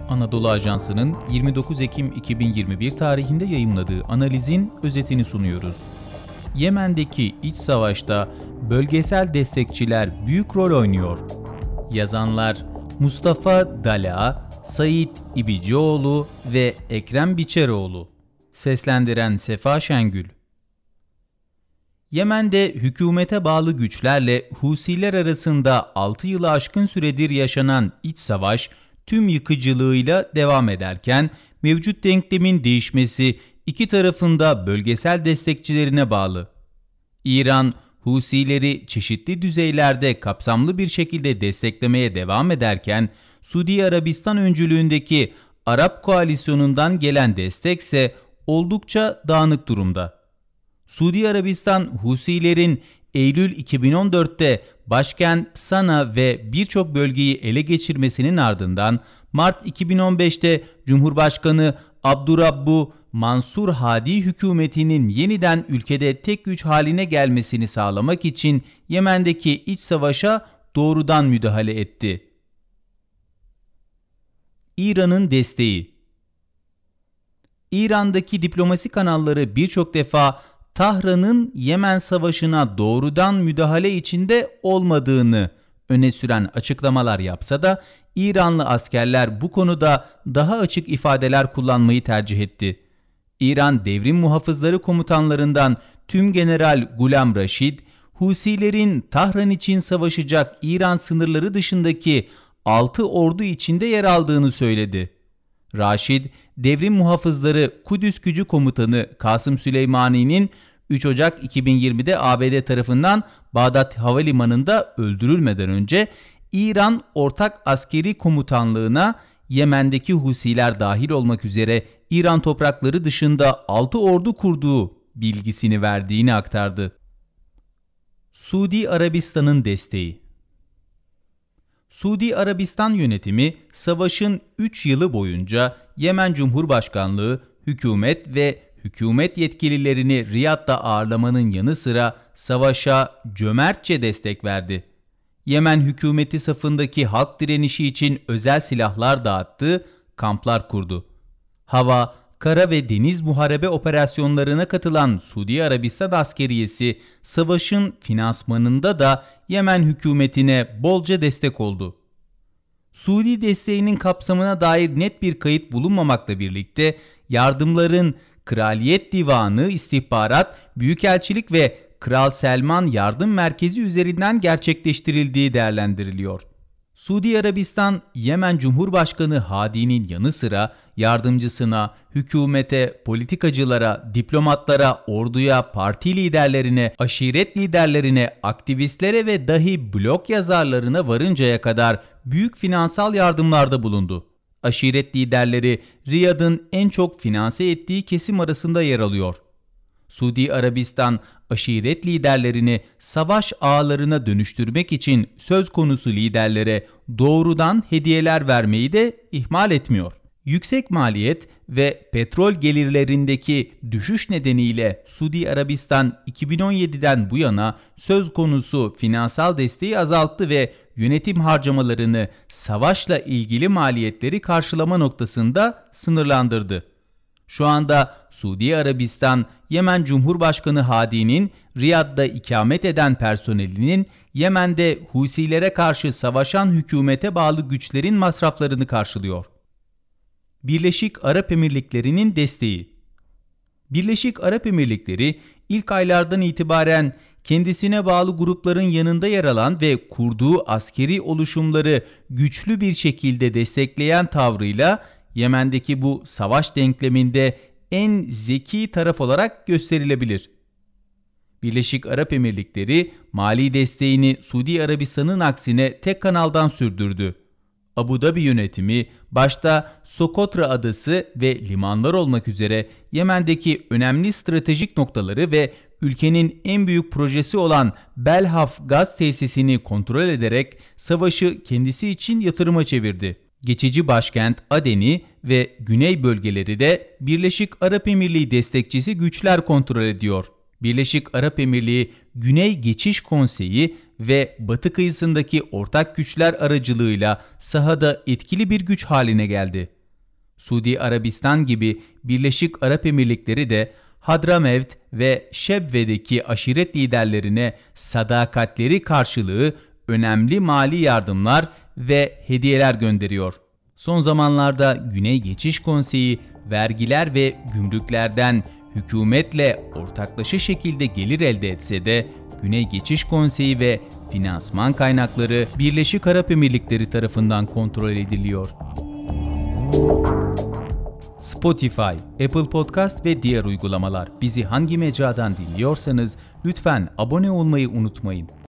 Anadolu Ajansı'nın 29 Ekim 2021 tarihinde yayımladığı analizin özetini sunuyoruz. Yemen'deki iç savaşta bölgesel destekçiler büyük rol oynuyor. Yazanlar Mustafa Dala, Sait İbicioğlu ve Ekrem Biçeroğlu. Seslendiren Sefa Şengül. Yemen'de hükümete bağlı güçlerle Husiler arasında 6 yılı aşkın süredir yaşanan iç savaş tüm yıkıcılığıyla devam ederken mevcut denklemin değişmesi iki tarafında bölgesel destekçilerine bağlı. İran, Husileri çeşitli düzeylerde kapsamlı bir şekilde desteklemeye devam ederken Suudi Arabistan öncülüğündeki Arap koalisyonundan gelen destek ise oldukça dağınık durumda. Suudi Arabistan, Husilerin Eylül 2014'te başkent Sana ve birçok bölgeyi ele geçirmesinin ardından Mart 2015'te Cumhurbaşkanı Abdurrabbu Mansur Hadi hükümetinin yeniden ülkede tek güç haline gelmesini sağlamak için Yemen'deki iç savaşa doğrudan müdahale etti. İran'ın desteği. İran'daki diplomasi kanalları birçok defa Tahran'ın Yemen Savaşı'na doğrudan müdahale içinde olmadığını öne süren açıklamalar yapsa da İranlı askerler bu konuda daha açık ifadeler kullanmayı tercih etti. İran Devrim Muhafızları komutanlarından Tümgeneral Gulam Raşid, Husilerin Tahran için savaşacak İran sınırları dışındaki 6 ordu içinde yer aldığını söyledi. Raşid, Devrim Muhafızları Kudüs Gücü Komutanı Kasım Süleymani'nin 3 Ocak 2020'de ABD tarafından Bağdat Havalimanı'nda öldürülmeden önce İran Ortak Askeri Komutanlığı'na Yemen'deki Husiler dahil olmak üzere İran toprakları dışında 6 ordu kurduğu bilgisini verdiğini aktardı. Suudi Arabistan'ın desteği. Suudi Arabistan yönetimi savaşın 3 yılı boyunca Yemen Cumhurbaşkanlığı, hükümet ve hükümet yetkililerini Riyad'da ağırlamanın yanı sıra savaşa cömertçe destek verdi. Yemen hükümeti safındaki halk direnişi için özel silahlar dağıttı, kamplar kurdu. Hava, kara ve deniz muharebe operasyonlarına katılan Suudi Arabistan askeriyesi savaşın finansmanında da Yemen hükümetine bolca destek oldu. Suudi desteğinin kapsamına dair net bir kayıt bulunmamakla birlikte yardımların Kraliyet Divanı, İstihbarat, Büyükelçilik ve Kral Selman Yardım Merkezi üzerinden gerçekleştirildiği değerlendiriliyor. Suudi Arabistan, Yemen Cumhurbaşkanı Hadi'nin yanı sıra yardımcısına, hükümete, politikacılara, diplomatlara, orduya, parti liderlerine, aşiret liderlerine, aktivistlere ve dahi blog yazarlarına varıncaya kadar büyük finansal yardımlarda bulundu. Aşiret liderleri Riyad'ın en çok finanse ettiği kesim arasında yer alıyor. Suudi Arabistan, aşiret liderlerini savaş ağlarına dönüştürmek için söz konusu liderlere doğrudan hediyeler vermeyi de ihmal etmiyor. Yüksek maliyet ve petrol gelirlerindeki düşüş nedeniyle Suudi Arabistan 2017'den bu yana söz konusu finansal desteği azalttı ve yönetim harcamalarını savaşla ilgili maliyetleri karşılama noktasında sınırlandırdı. Şu anda Suudi Arabistan, Yemen Cumhurbaşkanı Hadi'nin Riyad'da ikamet eden personelinin Yemen'de Husilere karşı savaşan hükümete bağlı güçlerin masraflarını karşılıyor. Birleşik Arap Emirlikleri'nin desteği. Birleşik Arap Emirlikleri ilk aylardan itibaren kendisine bağlı grupların yanında yer alan ve kurduğu askeri oluşumları güçlü bir şekilde destekleyen tavrıyla Yemen'deki bu savaş denkleminde en zeki taraf olarak gösterilebilir. Birleşik Arap Emirlikleri mali desteğini Suudi Arabistan'ın aksine tek kanaldan sürdürdü. Abu Dhabi yönetimi başta Sokotra adası ve limanlar olmak üzere Yemen'deki önemli stratejik noktaları ve ülkenin en büyük projesi olan Belhaf gaz tesisini kontrol ederek savaşı kendisi için yatırıma çevirdi. Geçici başkent Aden'i ve güney bölgeleri de Birleşik Arap Emirliği destekçisi güçler kontrol ediyor. Birleşik Arap Emirliği Güney Geçiş Konseyi ve batı kıyısındaki ortak güçler aracılığıyla sahada etkili bir güç haline geldi. Suudi Arabistan gibi Birleşik Arap Emirlikleri de Hadramevt ve Şebve'deki aşiret liderlerine sadakatleri karşılığı önemli mali yardımlar ve hediyeler gönderiyor. Son zamanlarda Güney Geçiş Konseyi vergiler ve gümrüklerden hükümetle ortaklaşa şekilde gelir elde etse de Güney Geçiş Konseyi ve finansman kaynakları Birleşik Arap Emirlikleri tarafından kontrol ediliyor. Spotify, Apple Podcast ve diğer uygulamalar. Bizi hangi mecradan dinliyorsanız lütfen abone olmayı unutmayın.